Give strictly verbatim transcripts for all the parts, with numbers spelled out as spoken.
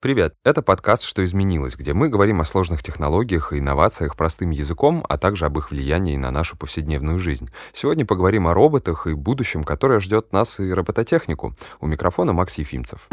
Привет! Это подкаст «Что изменилось?», где мы говорим о сложных технологиях и инновациях простым языком, а также об их влиянии на нашу повседневную жизнь. Сегодня поговорим о роботах и будущем, которое ждет нас и робототехнику. У микрофона Макс Ефимцев.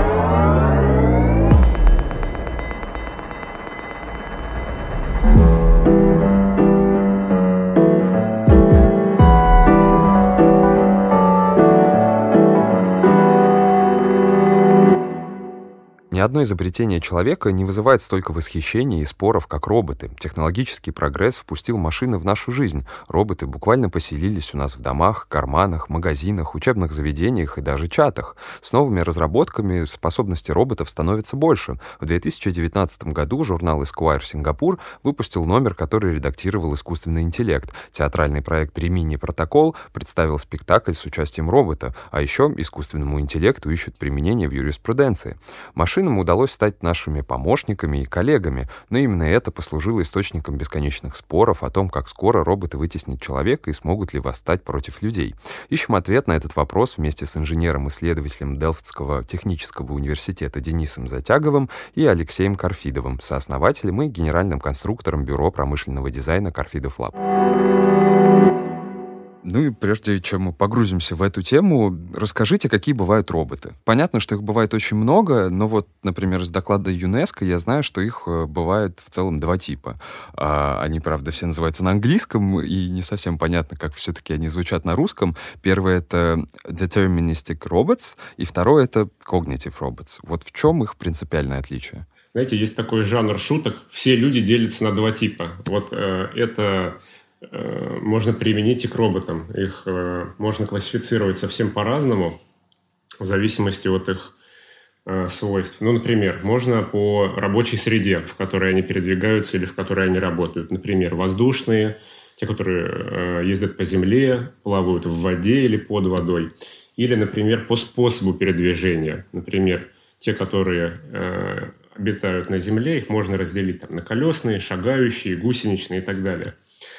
Ни одно изобретение человека не вызывает столько восхищения и споров, как роботы. Технологический прогресс впустил машины в нашу жизнь. Роботы буквально поселились у нас в домах, карманах, магазинах, учебных заведениях и даже чатах. С новыми разработками способности роботов становятся больше. В две тысячи девятнадцатом году журнал Esquire Сингапур выпустил номер, который редактировал искусственный интеллект. Театральный проект Римини Протокол представил спектакль с участием робота, а еще искусственному интеллекту ищут применение в юриспруденции. Машины Машинам удалось стать нашими помощниками и коллегами, но именно это послужило источником бесконечных споров о том, как скоро роботы вытеснят человека и смогут ли восстать против людей. Ищем ответ на этот вопрос вместе с инженером-исследователем Делфтского технического университета Денисом Затяговым и Алексеем Карфидовым, сооснователем и генеральным конструктором Бюро промышленного дизайна Карфидов Лаб. Ну и прежде чем мы погрузимся в эту тему, расскажите, какие бывают роботы. Понятно, что их бывает очень много, но вот, например, из доклада ЮНЕСКО я знаю, что их бывает в целом два типа. Они, правда, все называются на английском, и не совсем понятно, как все-таки они звучат на русском. Первый — это Deterministic Robots, и второй — это Cognitive Robots. Вот в чем их принципиальное отличие? Знаете, есть такой жанр шуток. Все люди делятся на два типа. Вот э, это... можно применить и к роботам. Их э, можно классифицировать совсем по-разному, в зависимости от их э, свойств. Ну, например, можно по рабочей среде, в которой они передвигаются или в которой они работают. Например, воздушные, те, которые э, ездят по земле, плавают в воде или под водой. Или, например, по способу передвижения. Например, те, которые э, обитают на земле, их можно разделить там, на колесные, шагающие, гусеничные и так далее.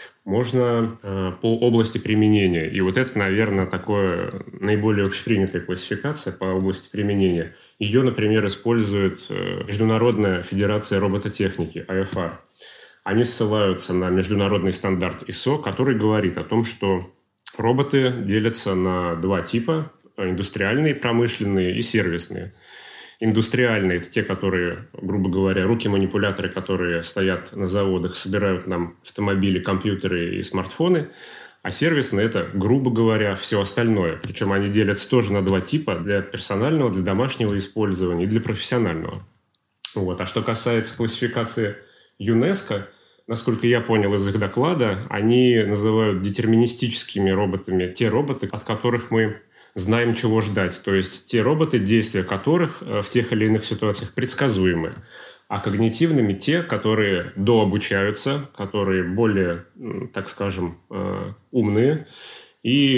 Можно э, по области применения. И вот это, наверное, такое наиболее общепринятая классификация по области применения. Ее, например, использует э, Международная федерация робототехники, ай эф ар. Они ссылаются на международный стандарт ай эс о, который говорит о том, что роботы делятся на два типа – индустриальные, промышленные и сервисные. Индустриальные – это те, которые, грубо говоря, руки-манипуляторы, которые стоят на заводах, собирают нам автомобили, компьютеры и смартфоны. А сервисные – это, грубо говоря, все остальное. Причем они делятся тоже на два типа – для персонального, для домашнего использования и для профессионального. Вот. А что касается классификации ЮНЕСКО, насколько я понял из их доклада, они называют детерминистическими роботами те роботы, от которых мы знаем, чего ждать. То есть те роботы, действия которых в тех или иных ситуациях предсказуемы. А когнитивными те, которые дообучаются, которые более, так скажем, умные, и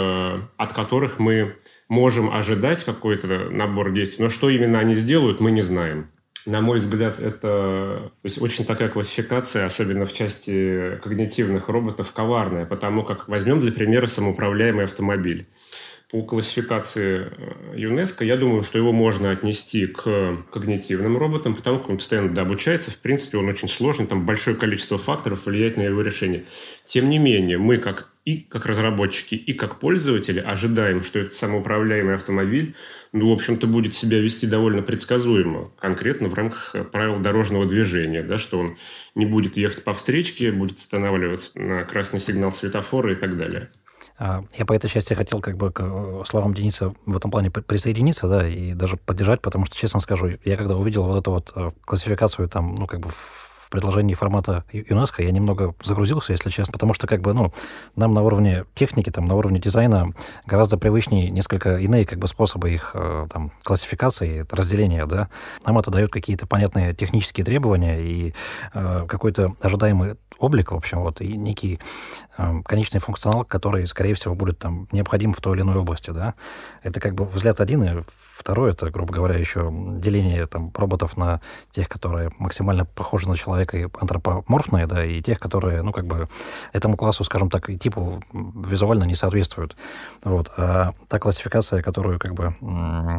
от которых мы можем ожидать какой-то набор действий. Но что именно они сделают, мы не знаем. На мой взгляд, это то есть, очень такая классификация, особенно в части когнитивных роботов, коварная, потому как возьмем для примера самоуправляемый автомобиль. По классификации ЮНЕСКО, я думаю, что его можно отнести к когнитивным роботам, потому как он постоянно дообучается. В принципе, он очень сложный, там большое количество факторов влияет на его решение. Тем не менее, мы как и как разработчики, и как пользователи ожидаем, что этот самоуправляемый автомобиль, ну, в общем-то, будет себя вести довольно предсказуемо, конкретно в рамках правил дорожного движения, да, что он не будет ехать по встречке, будет останавливаться на красный сигнал светофора и так далее. Я по этой части хотел как бы к словам Дениса в этом плане присоединиться, да, и даже поддержать, потому что, честно скажу, я когда увидел вот эту вот классификацию там, ну, как бы в предложении формата ЮНЕСКО, я немного загрузился, если честно, потому что как бы, ну, нам на уровне техники, там, на уровне дизайна гораздо привычнее несколько иные как бы способы их там классификации, разделения, да. Нам это дает какие-то понятные технические требования и э, какой-то ожидаемый облик, в общем, вот, и некий э, конечный функционал, который, скорее всего, будет там необходим в той или иной области, да. Это как бы взгляд один, и второй, это, грубо говоря, еще деление там роботов на тех, которые максимально похожи на человека и антропоморфные, да, и тех, которые, ну, как бы этому классу, скажем так, и типу визуально не соответствуют. Вот. А та классификация, которую, как бы,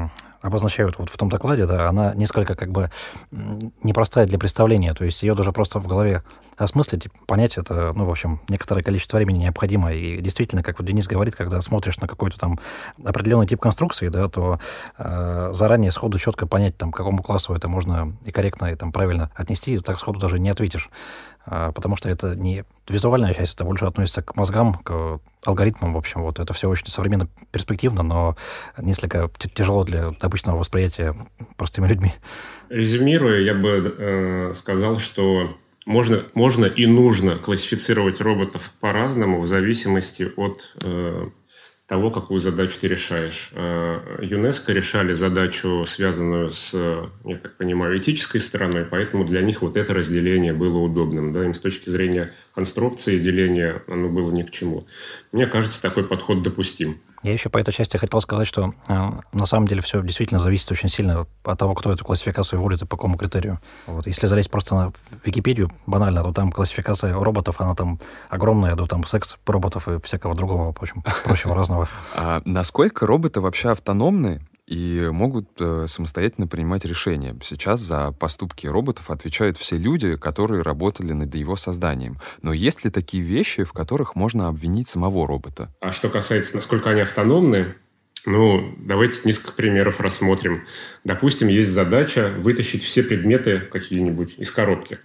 обозначают вот в том докладе, да, она несколько как бы непростая для представления, то есть ее даже просто в голове осмыслить, понять это, ну, в общем, некоторое количество времени необходимо. И действительно, как вот Денис говорит, когда смотришь на какой-то там определенный тип конструкции, да, то э, заранее сходу четко понять, там, к какому классу это можно и корректно, и там правильно отнести, и так сходу даже не ответишь. Э, потому что это не визуальная часть, это больше относится к мозгам, к алгоритмам, в общем. Вот это все очень современно, перспективно, но несколько тяжело для обычного восприятия простыми людьми. Резюмируя, я бы э, сказал, что Можно, можно и нужно классифицировать роботов по-разному в зависимости от э, того, какую задачу ты решаешь. Э, ЮНЕСКО решали задачу, связанную с, я так понимаю, этической стороной, поэтому для них вот это разделение было удобным. Да? Им с точки зрения конструкции деления оно было ни к чему. Мне кажется, такой подход допустим. Я еще по этой части хотел сказать, что э, на самом деле все действительно зависит очень сильно от того, кто эту классификацию вводит и по какому критерию. Вот. Если залезть просто на Википедию банально, то там классификация роботов, она там огромная, до там секс-роботов и всякого другого, в общем, прочего разного. А насколько роботы вообще автономны и могут э, самостоятельно принимать решения? Сейчас за поступки роботов отвечают все люди, которые работали над его созданием. Но есть ли такие вещи, в которых можно обвинить самого робота? А что касается, насколько они автономны, ну, давайте несколько примеров рассмотрим. Допустим, есть задача вытащить все предметы какие-нибудь из коробки.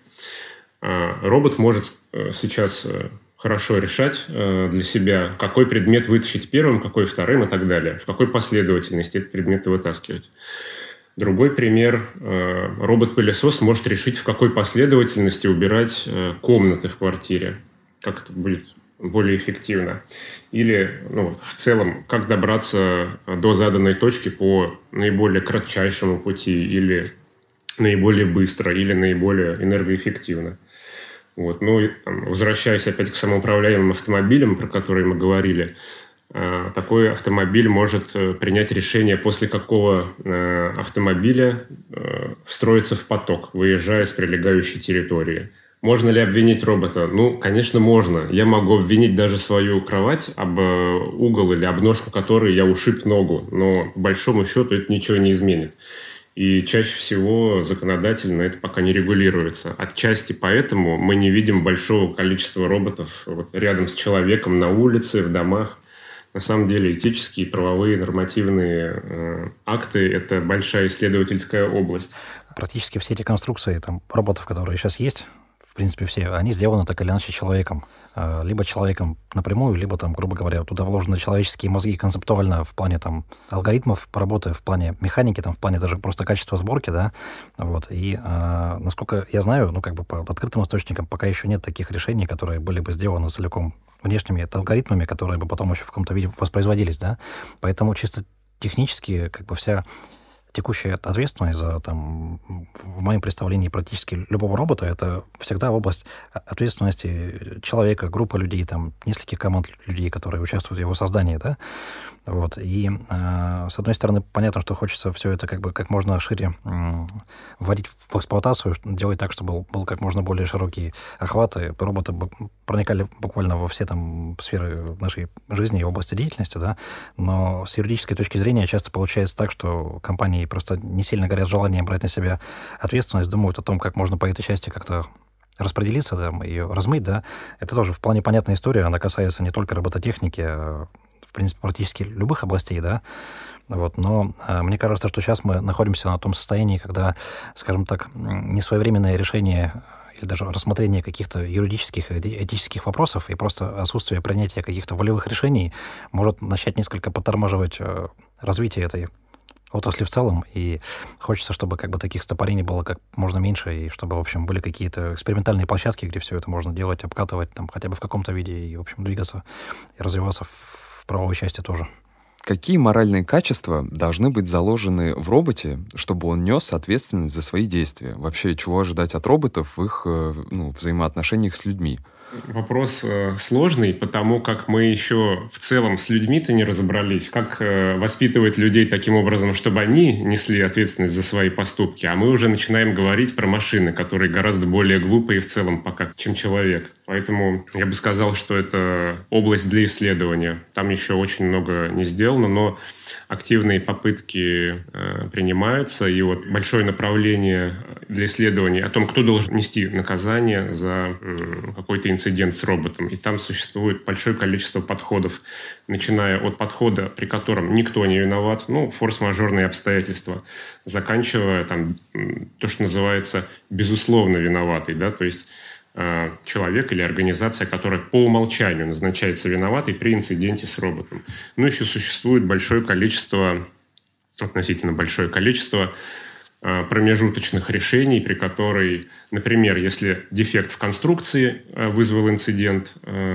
А, робот может сейчас хорошо решать э, для себя, какой предмет вытащить первым, какой вторым и так далее, в какой последовательности эти предметы вытаскивать. Другой пример. Э, робот-пылесос может решить, в какой последовательности убирать э, комнаты в квартире. Как это будет более эффективно. Или, ну, в целом, как добраться до заданной точки по наиболее кратчайшему пути, или наиболее быстро, или наиболее энергоэффективно. Вот. Ну, и, там, возвращаясь опять к самоуправляемым автомобилям, про которые мы говорили, э, такой автомобиль может э, принять решение, после какого э, автомобиля э, встроиться в поток, выезжая с прилегающей территории. Можно ли обвинить робота? Ну, конечно, можно. Я могу обвинить даже свою кровать об э, угол или об ножку которой я ушиб ногу, но по большому счету это ничего не изменит. И чаще всего законодательно это пока не регулируется. Отчасти поэтому мы не видим большого количества роботов вот рядом с человеком на улице, в домах. На самом деле этические, правовые, нормативные э, акты – это большая исследовательская область. Практически все эти конструкции там, роботов, которые сейчас есть, в принципе, все, они сделаны так или иначе человеком. Либо человеком напрямую, либо, там, грубо говоря, туда вложены человеческие мозги концептуально в плане там, алгоритмов работы, в плане механики, там, в плане даже просто качества сборки, да, вот. И, э, насколько я знаю, ну, как бы по открытым источникам пока еще нет таких решений, которые были бы сделаны целиком внешними алгоритмами, которые бы потом еще в каком-то виде воспроизводились, да. Поэтому чисто технически, как бы, вся текущая ответственность за, там, в моем представлении практически любого робота, это всегда область ответственности человека, группы людей, там, нескольких команд людей, которые участвуют в его создании, да, вот, и, э, с одной стороны, понятно, что хочется все это как бы как можно шире э, вводить в эксплуатацию, делать так, чтобы был, был как можно более широкий охват, и роботы проникали буквально во все там сферы нашей жизни и области деятельности, да, но с юридической точки зрения часто получается так, что компании просто не сильно горят желанием брать на себя ответственность, думают о том, как можно по этой части как-то распределиться, там, ее размыть, да. Это тоже вполне понятная история, она касается не только робототехники, а, в принципе, практически любых областей, да. Вот. Но а, мне кажется, что сейчас мы находимся на том состоянии, когда, скажем так, несвоевременное решение или даже рассмотрение каких-то юридических и этических вопросов и просто отсутствие принятия каких-то волевых решений может начать несколько подтормаживать а, развитие этой отрасли в целом, и хочется, чтобы как бы таких стопорений было как можно меньше, и чтобы, в общем, были какие-то экспериментальные площадки, где все это можно делать, обкатывать там хотя бы в каком-то виде и, в общем, двигаться и развиваться в правовой части тоже. Какие моральные качества должны быть заложены в роботе, чтобы он нес ответственность за свои действия? Вообще, чего ожидать от роботов в их, ну, взаимоотношениях с людьми? Вопрос э, сложный, потому как мы еще в целом с людьми-то не разобрались. Как э, воспитывать людей таким образом, чтобы они несли ответственность за свои поступки, а мы уже начинаем говорить про машины, которые гораздо более глупые в целом пока, чем человек. Поэтому я бы сказал, что это область для исследования. Там еще очень много не сделано, но активные попытки э, принимаются. И вот большое направление для исследования о том, кто должен нести наказание за э, какой-то инцидент с роботом. И там существует большое количество подходов, начиная от подхода, при котором никто не виноват, ну, форс-мажорные обстоятельства, заканчивая там то, что называется безусловно виноватый, да, то есть человек или организация, которая по умолчанию назначается виноватой при инциденте с роботом. Но еще существует большое количество, относительно большое количество промежуточных решений, при которой, например, если дефект в конструкции вызвал инцидент,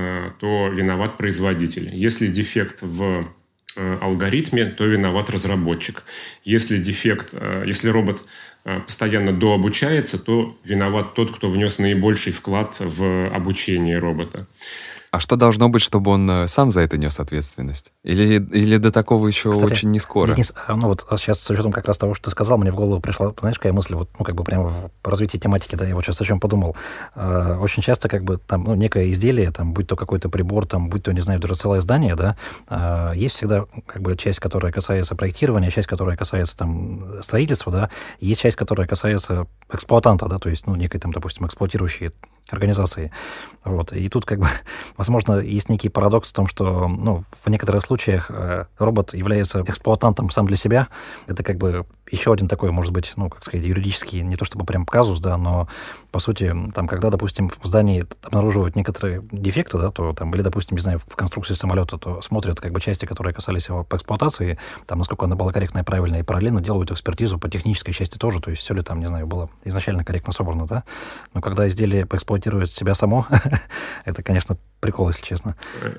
то виноват производитель. Если дефект в алгоритме, то виноват разработчик. Если дефект, если робот постоянно дообучается, то виноват тот, кто внес наибольший вклад в обучение робота. А что должно быть, чтобы он сам за это нес ответственность? Или, или до такого еще Кстати, очень не скоро? Денис, ну вот сейчас с учетом как раз того, что ты сказал, мне в голову пришла, знаешь, какая мысль, вот, ну, как бы прямо в развитии тематики, да, я вот сейчас о чем подумал. Э, очень часто, как бы, там, ну, некое изделие, там, будь то какой-то прибор, там, будь то, не знаю, даже целое здание, да, э, есть всегда, как бы, часть, которая касается проектирования, часть, которая касается, там, строительства, да, есть часть, которая касается эксплуатанта, да, то есть, ну, некой, там, допустим, эксплуатирующей организации. Вот. И тут, как бы, возможно, есть некий парадокс в том, что, ну, в некоторых случаях э, робот является эксплуатантом сам для себя. Это, как бы, еще один такой, может быть, ну, как сказать, юридический, не то чтобы прям казус, да, но, по сути, там, когда, допустим, в здании обнаруживают некоторые дефекты, да, то там, или, допустим, не знаю, в конструкции самолета, то смотрят, как бы, части, которые касались его по эксплуатации, там, насколько она была корректная и правильная, и параллельно делают экспертизу по технической части тоже, то есть все ли там, не знаю, было изначально корректно собрано, да. Но когда изделие поэксплуатирует себя само, это, конечно, прикол, если честно.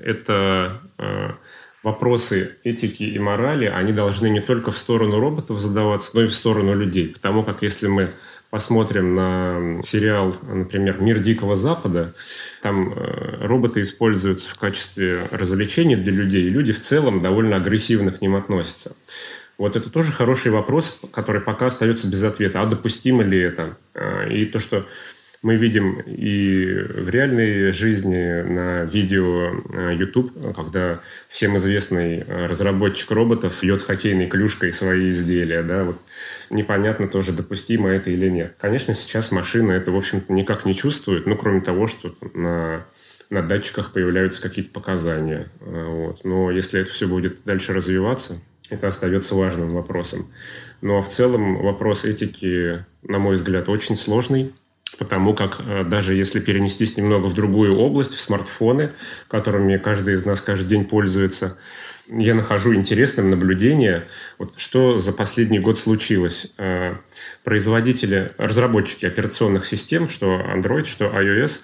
Это э, вопросы этики и морали, они должны не только в сторону роботов задаваться, но и в сторону людей. Потому как если мы посмотрим на сериал, например, «Мир Дикого Запада», там э, роботы используются в качестве развлечений для людей, и люди в целом довольно агрессивно к ним относятся. Вот это тоже хороший вопрос, который пока остается без ответа. А допустимо ли это? И то, что мы видим и в реальной жизни на видео YouTube, когда всем известный разработчик роботов бьет хоккейной клюшкой свои изделия, да, вот непонятно тоже, допустимо это или нет. Конечно, сейчас машина это, в общем-то, никак не чувствует, ну, кроме того, что на, на датчиках появляются какие-то показания. Вот. Но если это все будет дальше развиваться, это остается важным вопросом. Но в целом вопрос этики, на мой взгляд, очень сложный. Потому как даже если перенестись немного в другую область, в смартфоны, которыми каждый из нас каждый день пользуется, я нахожу интересным наблюдение, вот что за последний год случилось. Производители, разработчики операционных систем, что Android, что iOS,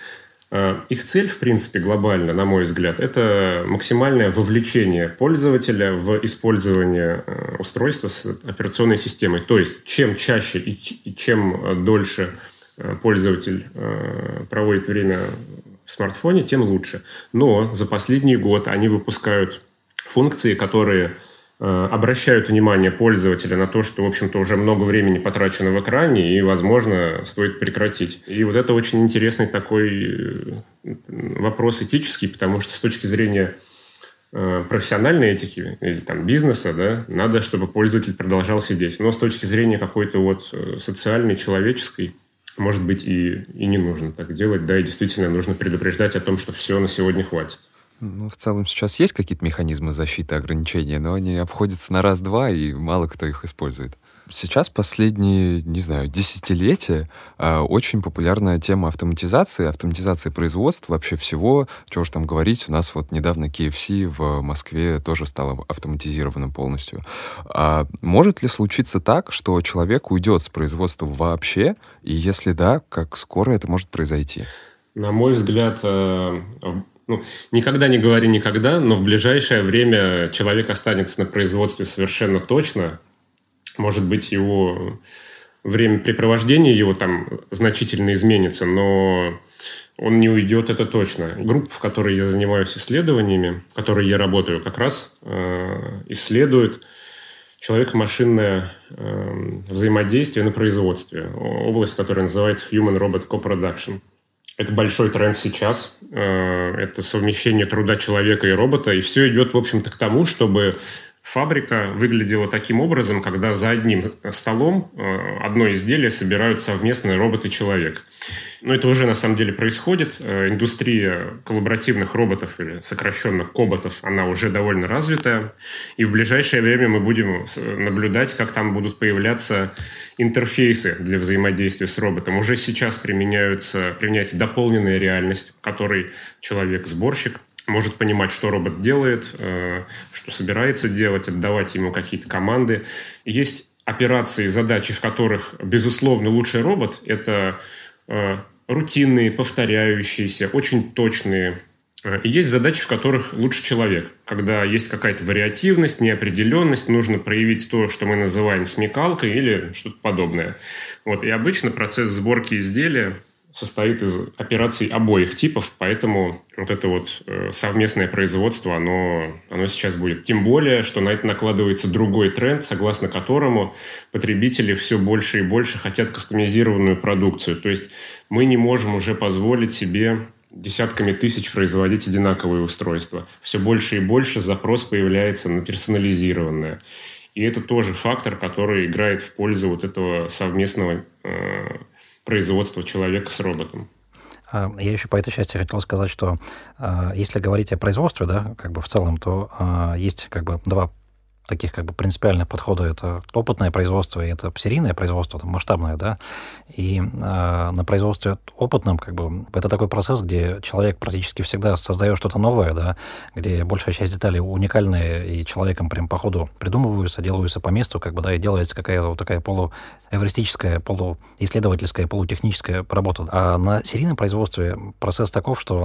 их цель, в принципе, глобально, на мой взгляд, это максимальное вовлечение пользователя в использование устройства с операционной системой. То есть, чем чаще и чем дольше пользователь э, проводит время в смартфоне, тем лучше. Но за последний год они выпускают функции, которые э, обращают внимание пользователя на то, что, в общем-то, уже много времени потрачено в экране, и, возможно, стоит прекратить. И вот это очень интересный такой вопрос этический, потому что с точки зрения э, профессиональной этики или там бизнеса, да, надо, чтобы пользователь продолжал сидеть. Но с точки зрения какой-то вот социальной, человеческой, может быть, и, и не нужно так делать, да, и действительно нужно предупреждать о том, что все, на сегодня хватит. Ну, в целом сейчас есть какие-то механизмы защиты, ограничения, но они обходятся на раз-два, и мало кто их использует. Сейчас последние, не знаю, десятилетия э, очень популярная тема автоматизации, автоматизации производства, вообще всего, чего же там говорить. У нас вот недавно кей эф си в Москве тоже стало автоматизированным полностью. А может ли случиться так, что человек уйдет с производства вообще, и если да, как скоро это может произойти? На мой взгляд, э, ну, никогда не говори никогда, но в ближайшее время человек останется на производстве совершенно точно. Может быть, его времяпрепровождение его там значительно изменится, но он не уйдет, это точно. Группа, в которой я занимаюсь исследованиями, в которой я работаю, как раз э, исследует человеко-машинное э, взаимодействие на производстве. Область, которая называется Human-Robot Co-Production. Это большой тренд сейчас. Э, это совмещение труда человека и робота. И все идет, в общем-то, к тому, чтобы фабрика выглядела таким образом, когда за одним столом одно изделие собирают совместно робот и человек. Но это уже на самом деле происходит. Индустрия коллаборативных роботов, или сокращенно коботов, она уже довольно развитая. И в ближайшее время мы будем наблюдать, как там будут появляться интерфейсы для взаимодействия с роботом. Уже сейчас применяются, применяется дополненная реальность, в которой человек-сборщик может понимать, что робот делает, что собирается делать, отдавать ему какие-то команды. Есть операции, задачи, в которых, безусловно, лучший робот – это рутинные, повторяющиеся, очень точные. И есть задачи, в которых лучше человек. Когда есть какая-то вариативность, неопределенность, нужно проявить то, что мы называем смекалкой или что-то подобное. Вот. И обычно процесс сборки изделия состоит из операций обоих типов, поэтому вот это вот совместное производство, оно, оно сейчас будет. Тем более, что на это накладывается другой тренд, согласно которому потребители все больше и больше хотят кастомизированную продукцию. То есть мы не можем уже позволить себе десятками тысяч производить одинаковые устройства. Все больше и больше запрос появляется на персонализированное. И это тоже фактор, который играет в пользу вот этого совместного э, производства человека с роботом. Я еще по этой части хотел сказать, что если говорить о производстве, да, как бы в целом, то есть как бы два таких как бы принципиальных подхода. Это опытное производство и это серийное производство, там, масштабное, да. И э, на производстве опытном как бы это такой процесс, где человек практически всегда создает что-то новое, да, где большая часть деталей уникальные, и человеком прям по ходу придумываются, делаются по месту, как бы, да, и делается какая-то вот такая полуэвристическая, полуисследовательская, полутехническая работа. А на серийном производстве процесс таков, что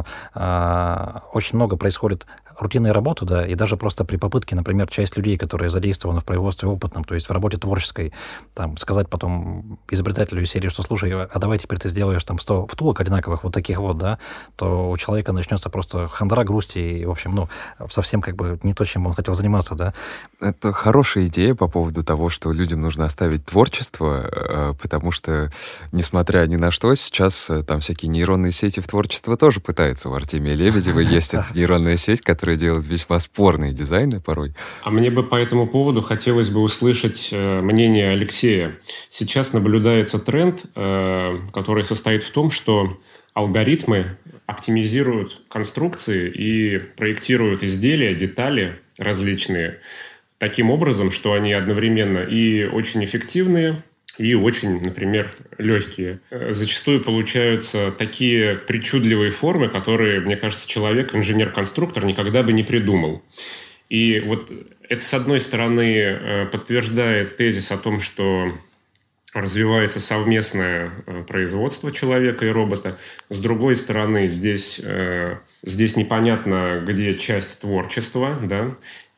э, очень много происходит рутинной работы, да, и даже просто при попытке, например, часть людей, которые задействованы в производстве опытном, то есть в работе творческой, там, сказать потом изобретателю из серии, что, слушай, а давай теперь ты сделаешь там сто втулок одинаковых, вот таких вот, да, то у человека начнется просто хандра, грусть и, в общем, ну, совсем как бы не то, чем он хотел заниматься, да. Это хорошая идея по поводу того, что людям нужно оставить творчество, потому что, несмотря ни на что, сейчас там всякие нейронные сети в творчество тоже пытаются. У Артемия Лебедева есть эта нейронная сеть, которая делает весьма спорные дизайны порой. А мне бы по этому поводу хотелось бы услышать э, мнение Алексея. Сейчас наблюдается тренд, э, который состоит в том, что алгоритмы оптимизируют конструкции и проектируют изделия, детали различные таким образом, что они одновременно и очень эффективные, и очень, например, легкие. Зачастую получаются такие причудливые формы, которые, мне кажется, человек, инженер-конструктор, никогда бы не придумал. И вот это, с одной стороны, подтверждает тезис о том, что развивается совместное производство человека и робота. С другой стороны, здесь, здесь непонятно, где часть творчества, да.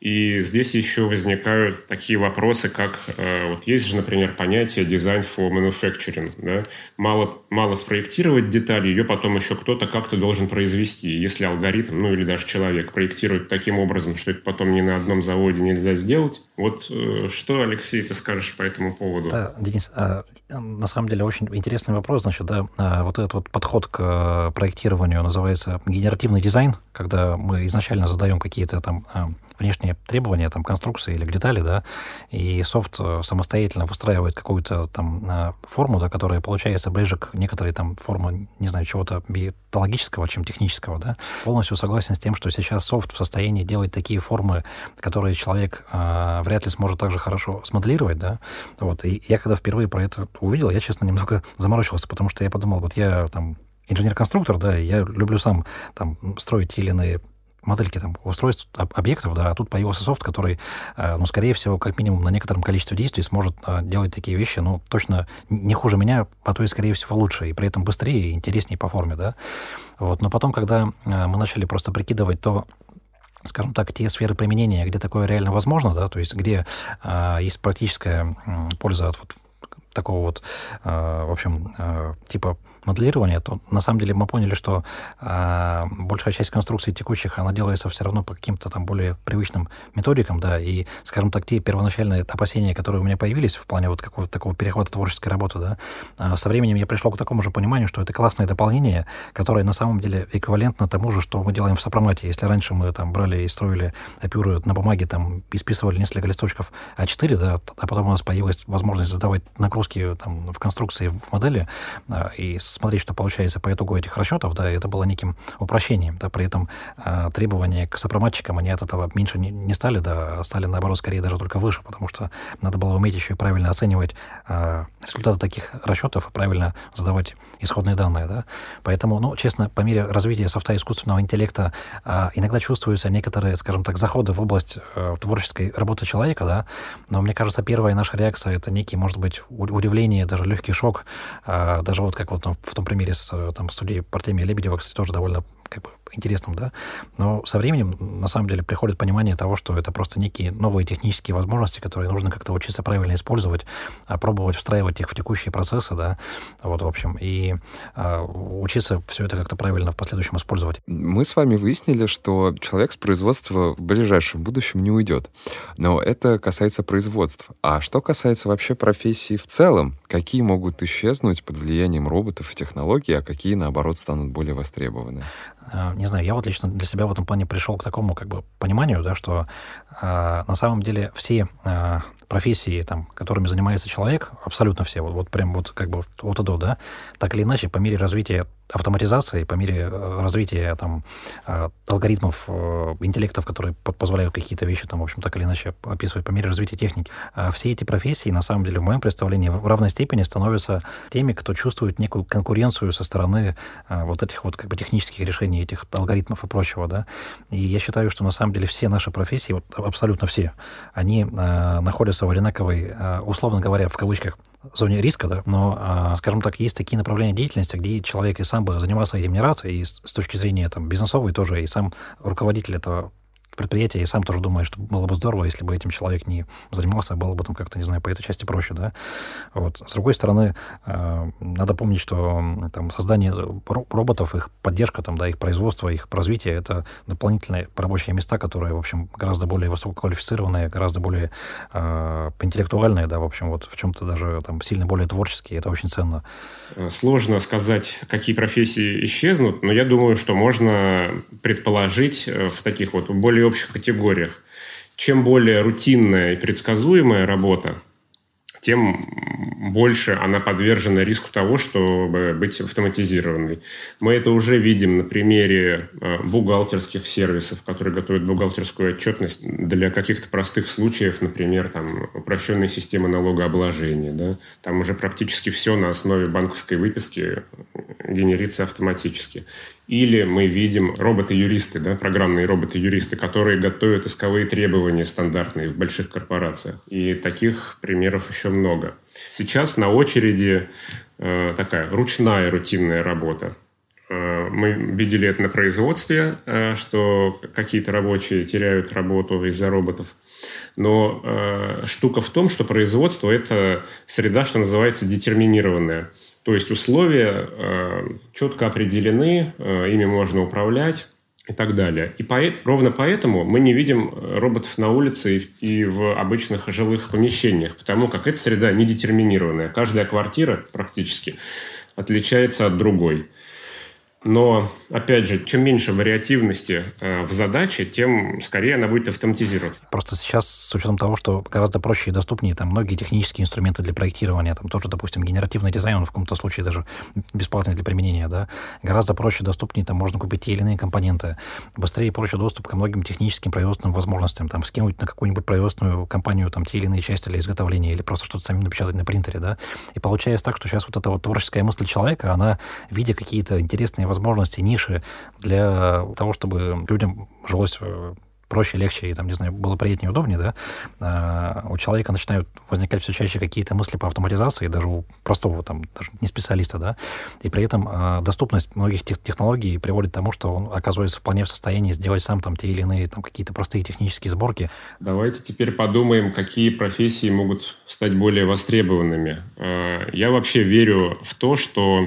И здесь еще возникают такие вопросы, как э, вот есть же, например, понятие design for manufacturing. Да? Мало, мало спроектировать деталь, ее потом еще кто-то как-то должен произвести. Если алгоритм, ну или даже человек проектирует таким образом, что это потом ни на одном заводе нельзя сделать. Вот э, что, Алексей, ты скажешь по этому поводу? Да, Денис, а, на самом деле очень интересный вопрос. Значит, да, а, вот этот вот подход к проектированию называется генеративный дизайн, когда мы изначально задаем какие-то там внешние требования, там, конструкции или к детали, да, и софт самостоятельно выстраивает какую-то там форму, да, которая получается ближе к некоторой там форме, не знаю, чего-то биологического, чем технического, да. Полностью согласен с тем, что сейчас софт в состоянии делать такие формы, которые человек э, вряд ли сможет так же хорошо смоделировать, да. Вот, и я когда впервые про это увидел, я, честно, немного заморочился, потому что я подумал, вот я там инженер-конструктор, да, и я люблю сам там строить те или иные модельки там, устройств, объектов, да, а тут появился софт, который, ну, скорее всего, как минимум на некотором количестве действий сможет делать такие вещи, ну, точно не хуже меня, а то и, скорее всего, лучше, и при этом быстрее и интереснее по форме, да. Вот. Но потом, когда мы начали просто прикидывать то, скажем так, те сферы применения, где такое реально возможно, да, то есть где есть практическая польза от вот такого вот, в общем, типа моделирования, то на самом деле мы поняли, что э, большая часть конструкций текущих, она делается все равно по каким-то там более привычным методикам, да, и, скажем так, те первоначальные опасения, которые у меня появились в плане вот какого-то такого перехвата творческой работы, да, э, со временем я пришел к такому же пониманию, что это классное дополнение, которое на самом деле эквивалентно тому же, что мы делаем в сопромате. Если раньше мы там брали и строили апюры на бумаге, там, и списывали несколько листочков а четыре, да, а потом у нас появилась возможность задавать нагрузки там в конструкции, в модели, э, и смотреть, что получается по итогу этих расчетов, да, это было неким упрощением, да, при этом э, требования к сопроматчикам, они от этого меньше не, не стали, да, стали, наоборот, скорее даже только выше, потому что надо было уметь еще и правильно оценивать э, результаты таких расчетов и правильно задавать исходные данные, да, поэтому, ну, честно, по мере развития софта искусственного интеллекта э, иногда чувствуются некоторые, скажем так, заходы в область э, творческой работы человека, да, но мне кажется, первая наша реакция — это некий, может быть, удивление, даже легкий шок, э, даже вот как вот там в том примере с там, студией Артемия Лебедева, кстати, тоже довольно как бы интересным, да, но со временем, на самом деле, приходит понимание того, что это просто некие новые технические возможности, которые нужно как-то учиться правильно использовать, пробовать встраивать их в текущие процессы, да, вот, в общем, и а, учиться все это как-то правильно в последующем использовать. Мы с вами выяснили, что человек с производства в ближайшем будущем не уйдет, но это касается производства. А что касается вообще профессий в целом, какие могут исчезнуть под влиянием роботов и технологий, а какие, наоборот, станут более востребованы? Не знаю, я вот лично для себя в этом плане пришел к такому как бы пониманию, да, что э, на самом деле все э, профессии, там, которыми занимается человек, абсолютно все, вот, вот прям вот как бы от и до, да, так или иначе, по мере развития автоматизации, по мере развития там алгоритмов, интеллектов, которые позволяют какие-то вещи там, в общем, так или иначе описывать, по мере развития техники, все эти профессии, на самом деле, в моем представлении, в равной степени становятся теми, кто чувствует некую конкуренцию со стороны вот этих вот как бы технических решений, этих алгоритмов и прочего, да. И я считаю, что на самом деле все наши профессии, вот абсолютно все, они находятся в одинаковой, условно говоря, в кавычках, зоне риска, да, но, скажем так, есть такие направления деятельности, где человек и сам бы занимался этим не рад, и с точки зрения там бизнесовой тоже, и сам руководитель этого предприятия, и сам тоже думает, что было бы здорово, если бы этим человек не занимался, было бы там как-то, не знаю, по этой части проще, да. Вот. С другой стороны, э, надо помнить, что там создание роботов, их поддержка, там, да, их производство, их развитие — это дополнительные рабочие места, которые, в общем, гораздо более высококвалифицированные, гораздо более э, интеллектуальные, да, в общем, вот в чем-то даже там сильно более творческие, это очень ценно. Сложно сказать, какие профессии исчезнут, но я думаю, что можно предположить в таких вот более общих категориях. Чем более рутинная и предсказуемая работа, тем больше она подвержена риску того, чтобы быть автоматизированной. Мы это уже видим на примере бухгалтерских сервисов, которые готовят бухгалтерскую отчетность для каких-то простых случаев, например, там, упрощенной системы налогообложения. Да? Там уже практически все на основе банковской выписки генерится автоматически. Или мы видим роботы-юристы, да, программные роботы-юристы, которые готовят исковые требования стандартные в больших корпорациях. И таких примеров еще много. Сейчас на очереди э, такая ручная рутинная работа. Э, мы видели это на производстве, э, что какие-то рабочие теряют работу из-за роботов. Но э, штука в том, что производство – это среда, что называется, детерминированная. То есть условия э, четко определены, э, ими можно управлять и так далее. И по, ровно поэтому мы не видим роботов на улице и, и в обычных жилых помещениях, потому как эта среда недетерминированная. Каждая квартира практически отличается от другой. Но, опять же, чем меньше вариативности э, в задаче, тем скорее она будет автоматизироваться. Просто сейчас, с учетом того, что гораздо проще и доступнее там многие технические инструменты для проектирования, там тоже, допустим, генеративный дизайн, он в каком-то случае даже бесплатный для применения, да, гораздо проще и доступнее, там можно купить те или иные компоненты, быстрее и проще доступ ко многим техническим производственным возможностям, там скинуть на какую-нибудь производственную компанию там те или иные части для изготовления или просто что-то самим напечатать на принтере, да. И получается так, что сейчас вот эта вот творческая мысль человека, она, видя какие-то интересные возможности, ниши для того, чтобы людям жилось проще, легче и, там, не знаю, было приятнее, удобнее, да, а у человека начинают возникать все чаще какие-то мысли по автоматизации, даже у простого, там, даже не специалиста, да, и при этом а, доступность многих тех, технологий приводит к тому, что он оказывается вполне в состоянии сделать сам там те или иные там какие-то простые технические сборки. Давайте теперь подумаем, какие профессии могут стать более востребованными. Я вообще верю в то, что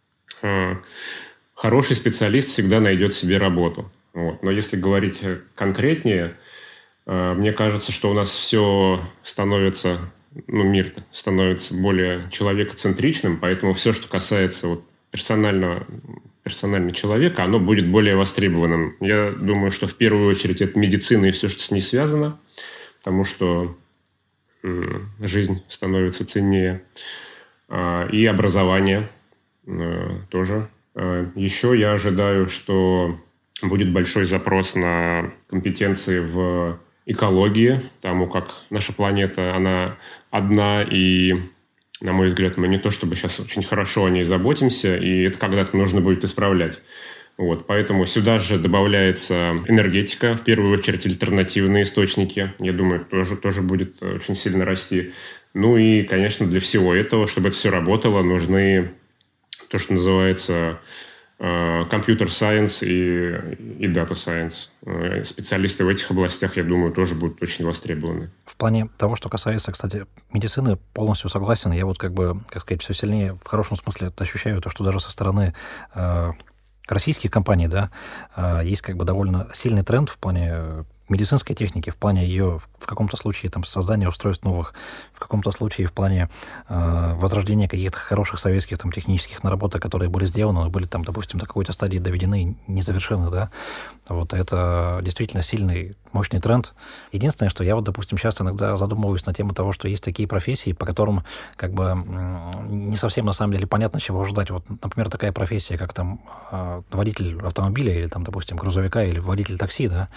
хороший специалист всегда найдет себе работу. Вот. Но если говорить конкретнее, мне кажется, что у нас все становится, ну, мир становится более человекоцентричным, поэтому все, что касается вот персонального, персонального человека, оно будет более востребованным. Я думаю, что в первую очередь это медицина и все, что с ней связано, потому что м, жизнь становится ценнее. А, и образование а, тоже. А, еще я ожидаю, что будет большой запрос на компетенции в экологии, потому как наша планета, она одна, и, на мой взгляд, мы не то чтобы сейчас очень хорошо о ней заботимся, и это когда-то нужно будет исправлять. Вот, поэтому сюда же добавляется энергетика, в первую очередь альтернативные источники, я думаю, тоже, тоже будет очень сильно расти. Ну и, конечно, для всего этого, чтобы это все работало, нужны то, что называется компьютер сайенс и, и дата сайенс. Специалисты в этих областях, я думаю, тоже будут очень востребованы. В плане того, что касается, кстати, медицины, полностью согласен. Я вот как бы, как сказать, все сильнее в хорошем смысле ощущаю то, что даже со стороны э, российских компаний, да, э, есть как бы довольно сильный тренд в плане медицинской техники, в плане ее, в каком-то случае, там, создания устройств новых, в каком-то случае в плане э, возрождения каких-то хороших советских там технических наработок, которые были сделаны, но были там, допустим, до какой-то стадии доведены, незавершены, да. Вот это действительно сильный, мощный тренд. Единственное, что я вот, допустим, часто иногда задумываюсь на тему того, что есть такие профессии, по которым как бы не совсем на самом деле понятно, чего ожидать. Вот, например, такая профессия, как там водитель автомобиля или там, допустим, грузовика или водитель такси, да.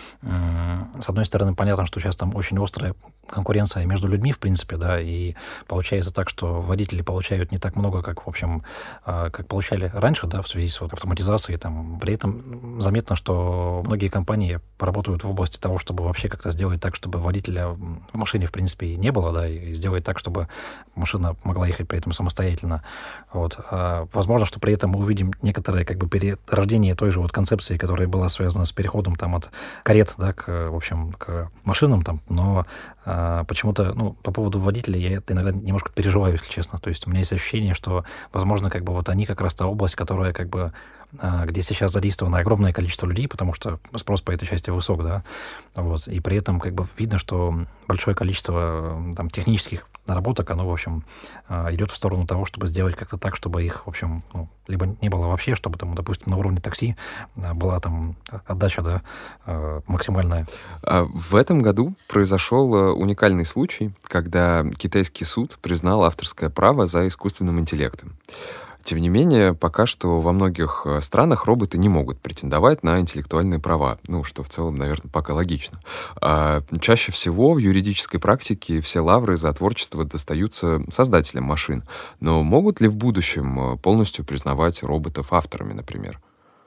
С одной стороны, понятно, что сейчас там очень острая конкуренция между людьми, в принципе, да, и получается так, что водители получают не так много, как, в общем, как получали раньше, да, в связи с вот автоматизацией. Там. При этом заметно, что многие компании работают в области того, чтобы вообще как-то сделать так, чтобы водителя в машине, в принципе, не было, да, и сделать так, чтобы машина могла ехать при этом самостоятельно. Вот. А возможно, что при этом мы увидим некоторое как бы перерождение той же вот концепции, которая была связана с переходом там от карет, да, к, в общем, к машинам там, но а, почему-то, ну, по поводу водителей я это иногда немножко переживаю, если честно. То есть у меня есть ощущение, что, возможно, как бы вот они как раз та область, которая как бы где сейчас задействовано огромное количество людей, потому что спрос по этой части высок, да, вот, и при этом как бы видно, что большое количество там технических наработок, оно, в общем, идет в сторону того, чтобы сделать как-то так, чтобы их, в общем, ну, либо не было вообще, чтобы там, допустим, на уровне такси была там отдача, да, максимальная. В этом году произошел уникальный случай, когда китайский суд признал авторское право за искусственным интеллектом. Тем не менее, пока что во многих странах роботы не могут претендовать на интеллектуальные права, ну, что в целом, наверное, пока логично. А чаще всего в юридической практике все лавры за творчество достаются создателям машин. Но могут ли в будущем полностью признавать роботов авторами, например?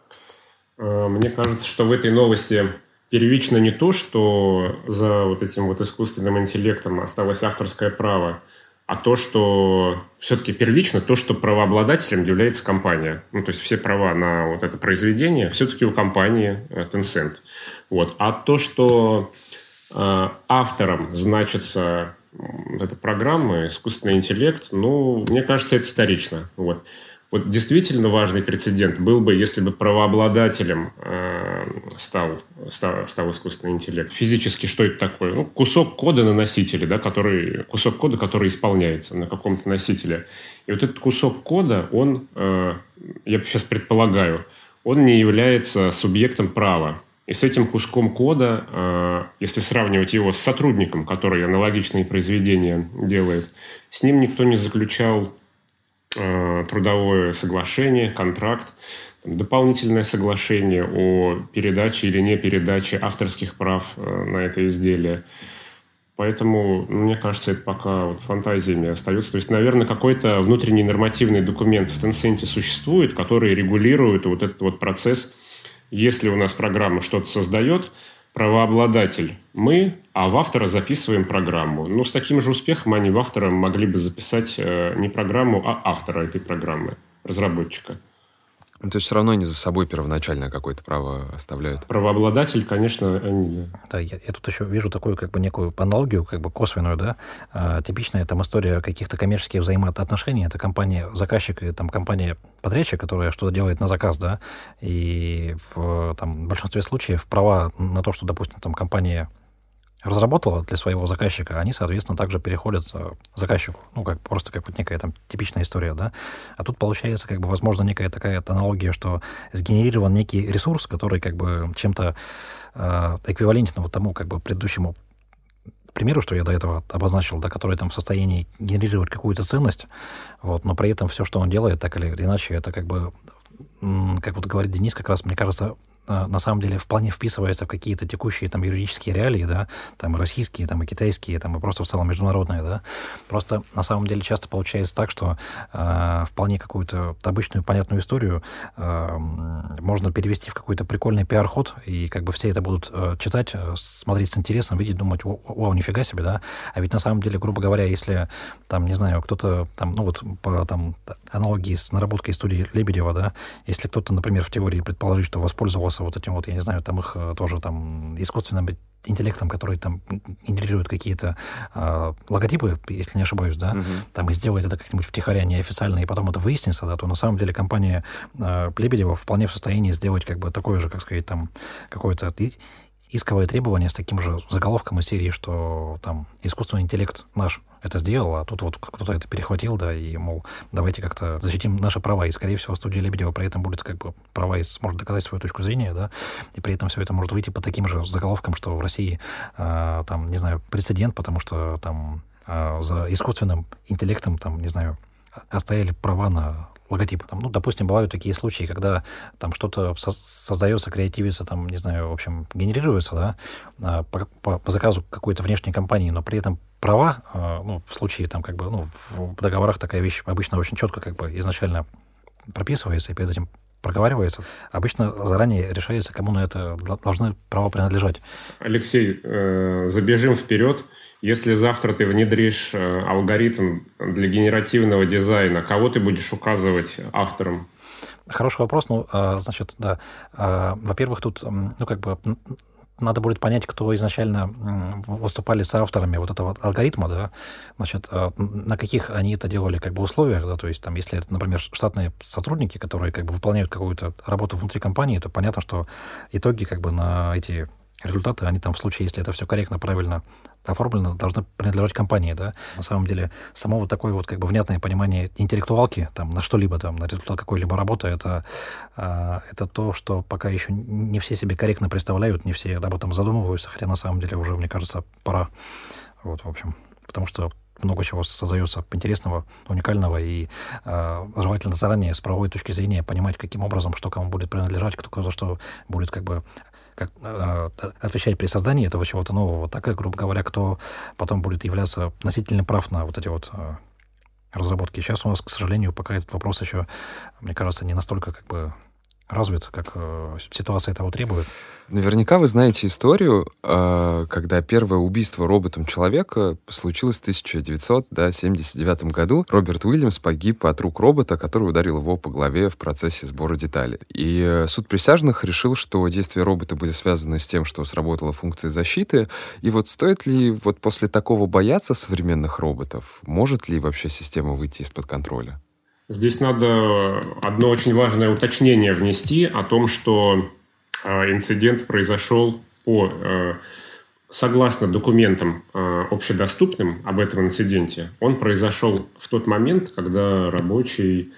Мне кажется, что в этой новости первично не то, что за вот этим вот искусственным интеллектом осталось авторское право, а то, что все-таки первично, то, что правообладателем является компания. Ну, то есть все права на вот это произведение все-таки у компании Tencent. Вот. А то, что э, автором значится вот эта программа, искусственный интеллект, ну, мне кажется, это вторично. Вот. Вот действительно важный прецедент был бы, если бы правообладателем э, стал, стал, стал искусственный интеллект. Физически что это такое? Ну, кусок кода на носителе, да, который, кусок кода, который исполняется на каком-то носителе. И вот этот кусок кода, он, э, я сейчас предполагаю, он не является субъектом права. И с этим куском кода, э, если сравнивать его с сотрудником, который аналогичные произведения делает, с ним никто не заключал трудовое соглашение, контракт, там, дополнительное соглашение о передаче или не передаче авторских прав на это изделие. Поэтому, мне кажется, это пока вот фантазиями остается. То есть, наверное, какой-то внутренний нормативный документ в Tencent существует, который регулирует вот этот вот процесс. Если у нас программа что-то создает, правообладатель мы, а в автора записываем программу. Ну, с таким же успехом они в автора могли бы записать не программу, а автора этой программы, разработчика. Ну, то есть все равно они за собой первоначально какое-то право оставляют. Правообладатель, конечно, они... Да, я, я тут еще вижу такую как бы некую аналогию, как бы косвенную, да. А, типичная там история каких-то коммерческих взаимоотношений. Это компания-заказчик и там компания-подрядчик, которая что-то делает на заказ, да. И в там, большинстве случаев права на то, что, допустим, там компания разработала для своего заказчика, они, соответственно, также переходят э, заказчику. Ну, как просто как вот некая там типичная история, да. А тут получается, как бы, возможно, некая такая аналогия, что сгенерирован некий ресурс, который как бы чем-то э, эквивалентен вот тому, как бы, предыдущему примеру, что я до этого обозначил, да, который там в состоянии генерировать какую-то ценность, вот, но при этом все, что он делает, так или иначе, это как бы, как вот говорит Денис, как раз, мне кажется, на самом деле вполне вписывается в какие-то текущие там юридические реалии, да, там и российские, там и китайские, там и просто в целом международные, да. Просто на самом деле часто получается так, что э, вполне какую-то обычную понятную историю э, можно перевести в какой-то прикольный пиар-ход, и как бы все это будут э, читать, смотреть с интересом, видеть, думать, вау, нифига себе, да. А ведь на самом деле, грубо говоря, если там, не знаю, кто-то там, ну вот по там аналогии с наработкой студии Лебедева, да, если кто-то, например, в теории предположит, что воспользовался вот этим вот, я не знаю, там их тоже там искусственным интеллектом, который там генерирует какие-то э, логотипы, если не ошибаюсь, да, uh-huh. там и сделает это как-нибудь втихаря, неофициально, и потом это выяснится, да, то на самом деле компания э, Лебедева вполне в состоянии сделать как бы такое же, как сказать, там, какое-то исковое требование с таким же заголовком из серии, что там искусственный интеллект наш это сделал, а тут вот кто-то это перехватил, да, и, мол, давайте как-то защитим наши права. И, скорее всего, студия Лебедева при этом будет как бы права и сможет доказать свою точку зрения, да, и при этом все это может выйти по таким же заголовкам, что в России э, там, не знаю, прецедент, потому что там э, за искусственным интеллектом, там, не знаю, оставили права на логотип. Там, ну, допустим, бывают такие случаи, когда там что-то со- создается, креативится, там, не знаю, в общем, генерируется, да, по, по, по заказу какой-то внешней компании, но при этом права, э, ну, в случае, там, как бы, ну, в договорах такая вещь обычно очень четко, как бы, изначально прописывается и перед этим проговаривается. Обычно заранее решается, кому на это должны права принадлежать. Алексей, э, забежим вперед. Если завтра ты внедришь э, алгоритм для генеративного дизайна, кого ты будешь указывать автором? Хороший вопрос. Ну, э, значит, да. Э, во-первых, тут, ну, как бы, надо будет понять, кто изначально выступали соавторами вот этого алгоритма, да, значит, на каких они это делали как бы условиях, да, то есть там, если это, например, штатные сотрудники, которые как бы выполняют какую-то работу внутри компании, то понятно, что итоги как бы на эти результаты, они там в случае, если это все корректно, правильно оформлено, должны принадлежать компании, да. На самом деле, само вот такое вот как бы внятное понимание интеллектуалки там на что-либо, там, на результат какой-либо работы, это, а, это то, что пока еще не все себе корректно представляют, не все об этом задумываются, хотя на самом деле уже, мне кажется, пора. Вот, в общем, потому что много чего создается интересного, уникального, и э, желательно заранее с правовой точки зрения понимать, каким образом, что кому будет принадлежать, кто, кто за что будет как бы как, э, отвечать при создании этого чего-то нового, так и, грубо говоря, кто потом будет являться носителем прав на вот эти вот э, разработки. Сейчас у нас, к сожалению, пока этот вопрос еще, мне кажется, не настолько как бы развит, как э, ситуация этого требует. Наверняка вы знаете историю, э, когда первое убийство роботом человека случилось в тысяча девятьсот семьдесят девятом году. Роберт Уильямс погиб от рук робота, который ударил его по голове в процессе сбора деталей. И э, суд присяжных решил, что действия робота были связаны с тем, что сработала функция защиты. И вот стоит ли вот после такого бояться современных роботов? Может ли вообще система выйти из-под контроля? Здесь надо одно очень важное уточнение внести о том, что э, инцидент произошел по, э, согласно документам э, общедоступным об этом инциденте, он произошел в тот момент, когда рабочий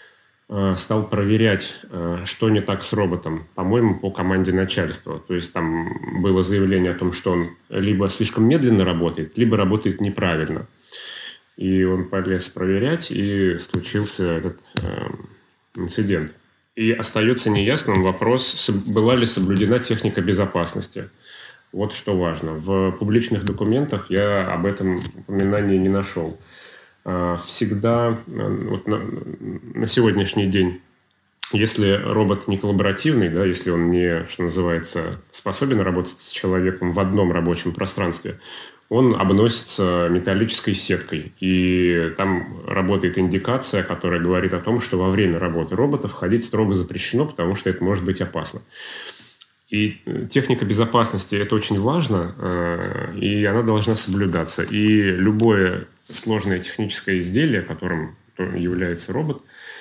э, стал проверять, э, что не так с роботом, по-моему, по команде начальства. То есть там было заявление о том, что он либо слишком медленно работает, либо работает неправильно. И он полез проверять, и случился этот э, инцидент. И остается неясным вопрос, была ли соблюдена техника безопасности. Вот что важно. В публичных документах я об этом упоминания не нашел. Всегда, вот на, на сегодняшний день, Если робот не коллаборативный, да, если он не, что называется, способен работать с человеком в одном рабочем пространстве, он обносится металлической сеткой. И там работает индикация, которая говорит о том, что во время работы робота входить строго запрещено, потому что это может быть опасно. И техника безопасности – это очень важно, и она должна соблюдаться. И любое сложное техническое изделие, которым является робот,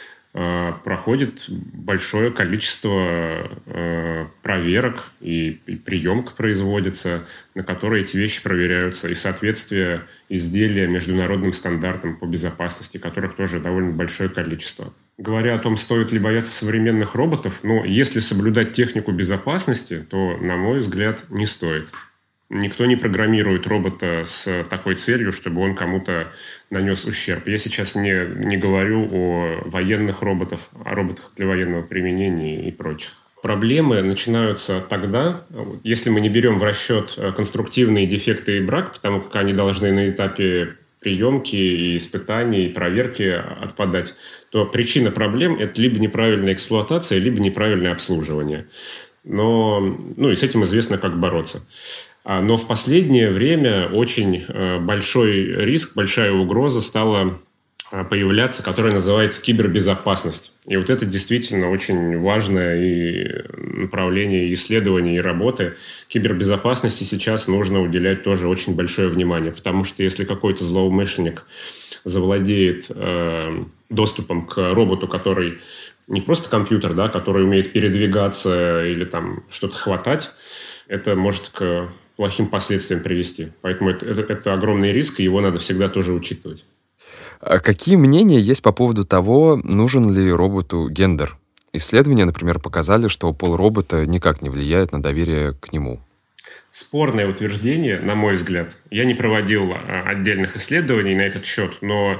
проходит большое количество проверок, и приемка производится, на которые эти вещи проверяются, и соответствие изделия международным стандартам по безопасности, которых тоже довольно большое количество. Говоря о том, стоит ли бояться современных роботов, ну, если соблюдать технику безопасности, то, на мой взгляд, не стоит. Никто не программирует робота с такой целью, чтобы он кому-то нанес ущерб. Я сейчас не, не говорю о военных роботах, о роботах для военного применения и прочих. Проблемы начинаются тогда, если мы не берем в расчет конструктивные дефекты и брак, потому как они должны на этапе приемки и испытаний, и проверки отпадать, то причина проблем – это либо неправильная эксплуатация, либо неправильное обслуживание. Но, ну и с этим известно, как бороться. Но в последнее время очень большой риск, большая угроза стала появляться, которая называется кибербезопасность. И вот это действительно очень важное и направление исследований и работы. Кибербезопасности сейчас нужно уделять тоже очень большое внимание, потому что если какой-то злоумышленник завладеет э, доступом к роботу, который не просто компьютер, да, который умеет передвигаться или там что-то хватать, это может к плохим последствиям привести. Поэтому это, это, это огромный риск, и его надо всегда тоже учитывать. А какие мнения есть по поводу того, нужен ли роботу гендер? Исследования, например, показали, что пол робота никак не влияет на доверие к нему. Спорное утверждение, на мой взгляд. Я не проводил отдельных исследований на этот счет, но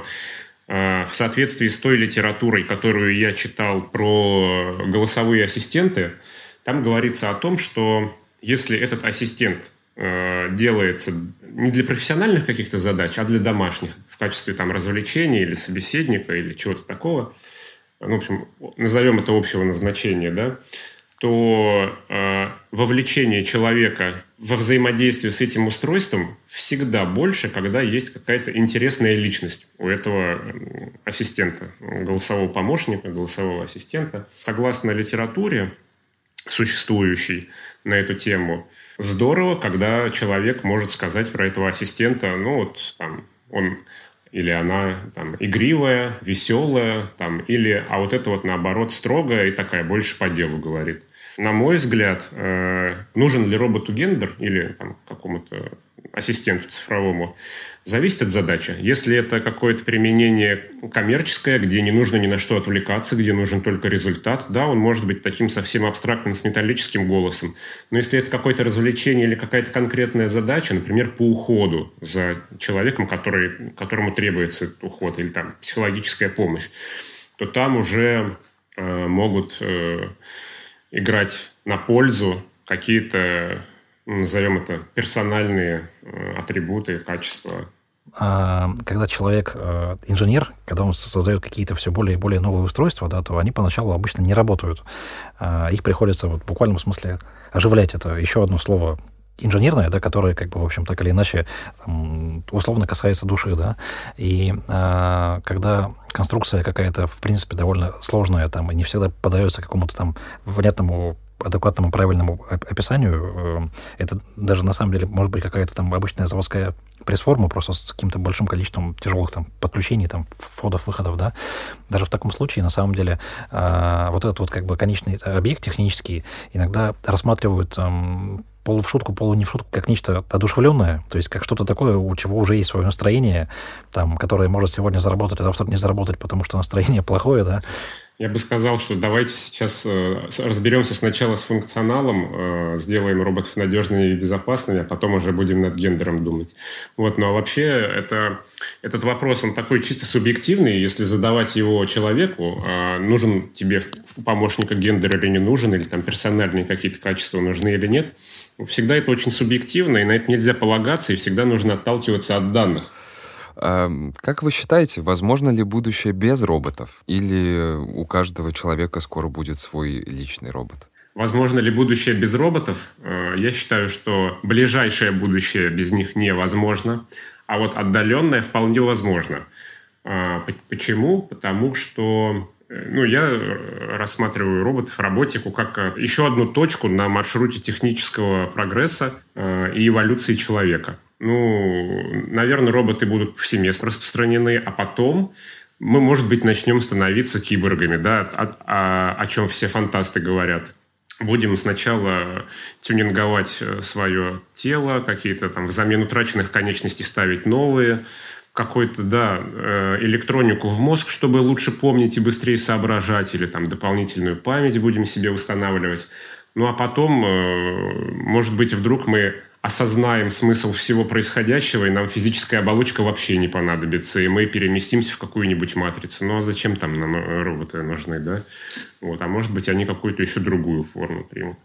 в соответствии с той литературой, которую я читал про голосовые ассистенты, там говорится о том, что если этот ассистент делается не для профессиональных каких-то задач, а для домашних, в качестве там развлечения или собеседника или чего-то такого, ну, в общем, назовем это общего назначения, да, то э, вовлечение человека во взаимодействие с этим устройством всегда больше, когда есть какая-то интересная личность у этого ассистента, голосового помощника, голосового ассистента. Согласно литературе, существующей на эту тему, здорово, когда человек может сказать про этого ассистента, ну вот там он или она там игривая, веселая, там, или, а вот это вот наоборот строгая и такая больше по делу говорит. На мой взгляд, э, нужен ли роботу гендер или там, какому-то ассистенту цифровому, зависит от задачи. Если это какое-то применение коммерческое, где не нужно ни на что отвлекаться, где нужен только результат, да, он может быть таким совсем абстрактным, с металлическим голосом. Но если это какое-то развлечение или какая-то конкретная задача, например, по уходу за человеком, который, которому требуется этот уход, или там психологическая помощь, то там уже э, могут э, играть на пользу какие-то, назовем это, персональные атрибуты, качества. Когда человек инженер, когда он создает какие-то все более и более новые устройства, да, то они поначалу обычно не работают. Их приходится вот, в буквальном смысле оживлять. Это еще одно слово инженерное, да, которое, как бы, в общем, так или иначе там, условно касается души, да. И а, когда конструкция какая-то, в принципе, довольно сложная, там, и не всегда поддается какому-то там внятному, адекватному, правильному описанию, это даже на самом деле может быть какая-то там обычная заводская пресс-форма, просто с каким-то большим количеством тяжелых там подключений, там, входов, выходов, да. Даже в таком случае, на самом деле, а, вот этот вот как бы конечный объект технический иногда рассматривают а, полу в шутку, полу не в шутку, как нечто одушевленное, то есть как что-то такое, у чего уже есть свое настроение, там, которое может сегодня заработать, а завтра не заработать, потому что настроение плохое, да. Я бы сказал, что давайте сейчас э, разберемся сначала с функционалом, э, сделаем роботов надежными и безопасными, а потом уже будем над гендером думать. Вот, но вообще это, этот вопрос, он такой чисто субъективный. Если задавать его человеку, э, нужен тебе помощника гендер или не нужен, или там персональные какие-то качества нужны или нет, всегда это очень субъективно, и на это нельзя полагаться, и всегда нужно отталкиваться от данных. А, как вы считаете, возможно ли будущее без роботов? Или у каждого человека скоро будет свой личный робот? Возможно ли будущее без роботов? Я считаю, что ближайшее будущее без них невозможно, а вот отдаленное вполне возможно. Почему? Потому что ну, я рассматриваю роботов, роботику как еще одну точку на маршруте технического прогресса и эволюции человека. Ну, наверное, роботы будут повсеместно распространены, а потом мы, может быть, начнем становиться киборгами, да, о, о, о чем все фантасты говорят. Будем сначала тюнинговать свое тело, какие-то там взамен утраченных конечностей ставить новые, какую-то, да, электронику в мозг, чтобы лучше помнить и быстрее соображать, или там дополнительную память будем себе устанавливать. Ну, а потом, может быть, вдруг мы осознаем смысл всего происходящего, и нам физическая оболочка вообще не понадобится, и мы переместимся в какую-нибудь матрицу. Ну, а зачем там нам роботы нужны, да? Вот, а может быть, они какую-то еще другую форму примут.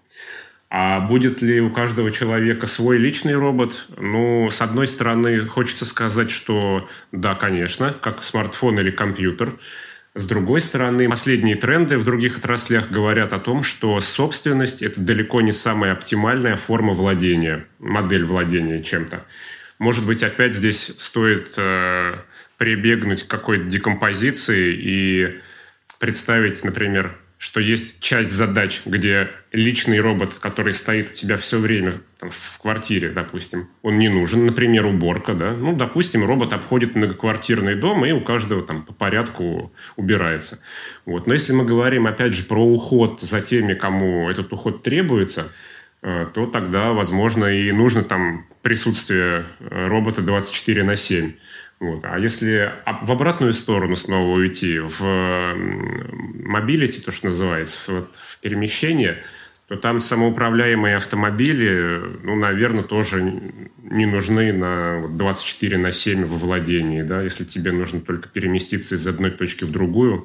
А будет ли у каждого человека свой личный робот? Ну, с одной стороны, хочется сказать, что да, конечно, как смартфон или компьютер. С другой стороны, последние тренды в других отраслях говорят о том, что собственность – это далеко не самая оптимальная форма владения, модель владения чем-то. Может быть, опять здесь стоит э, прибегнуть к какой-то декомпозиции и представить, например, что есть часть задач, где личный робот, который стоит у тебя все время там, в квартире, допустим, он не нужен. Например, уборка, да. Ну, допустим, робот обходит многоквартирный дом, и у каждого там по порядку убирается. Вот. Но если мы говорим, опять же, про уход за теми, кому этот уход требуется, то тогда, возможно, и нужно там присутствие робота двадцать четыре на семь. Вот. А если в обратную сторону снова уйти, в мобилити, то, что называется, вот, в перемещение, то там самоуправляемые автомобили, ну, наверное, тоже не нужны на двадцать четыре на семь во владении. Да? Если тебе нужно только переместиться из одной точки в другую,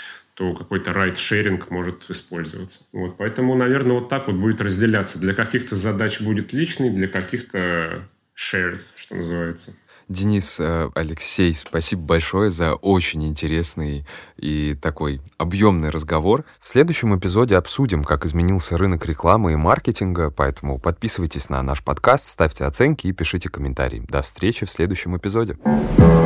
то какой-то райд-шеринг может использоваться. Вот. Поэтому, наверное, вот так вот будет разделяться. Для каких-то задач будет личный, для каких-то shared, что называется. Денис, Алексей, спасибо большое за очень интересный и такой объемный разговор. В следующем эпизоде обсудим, как изменился рынок рекламы и маркетинга, поэтому подписывайтесь на наш подкаст, ставьте оценки и пишите комментарии. До встречи в следующем эпизоде.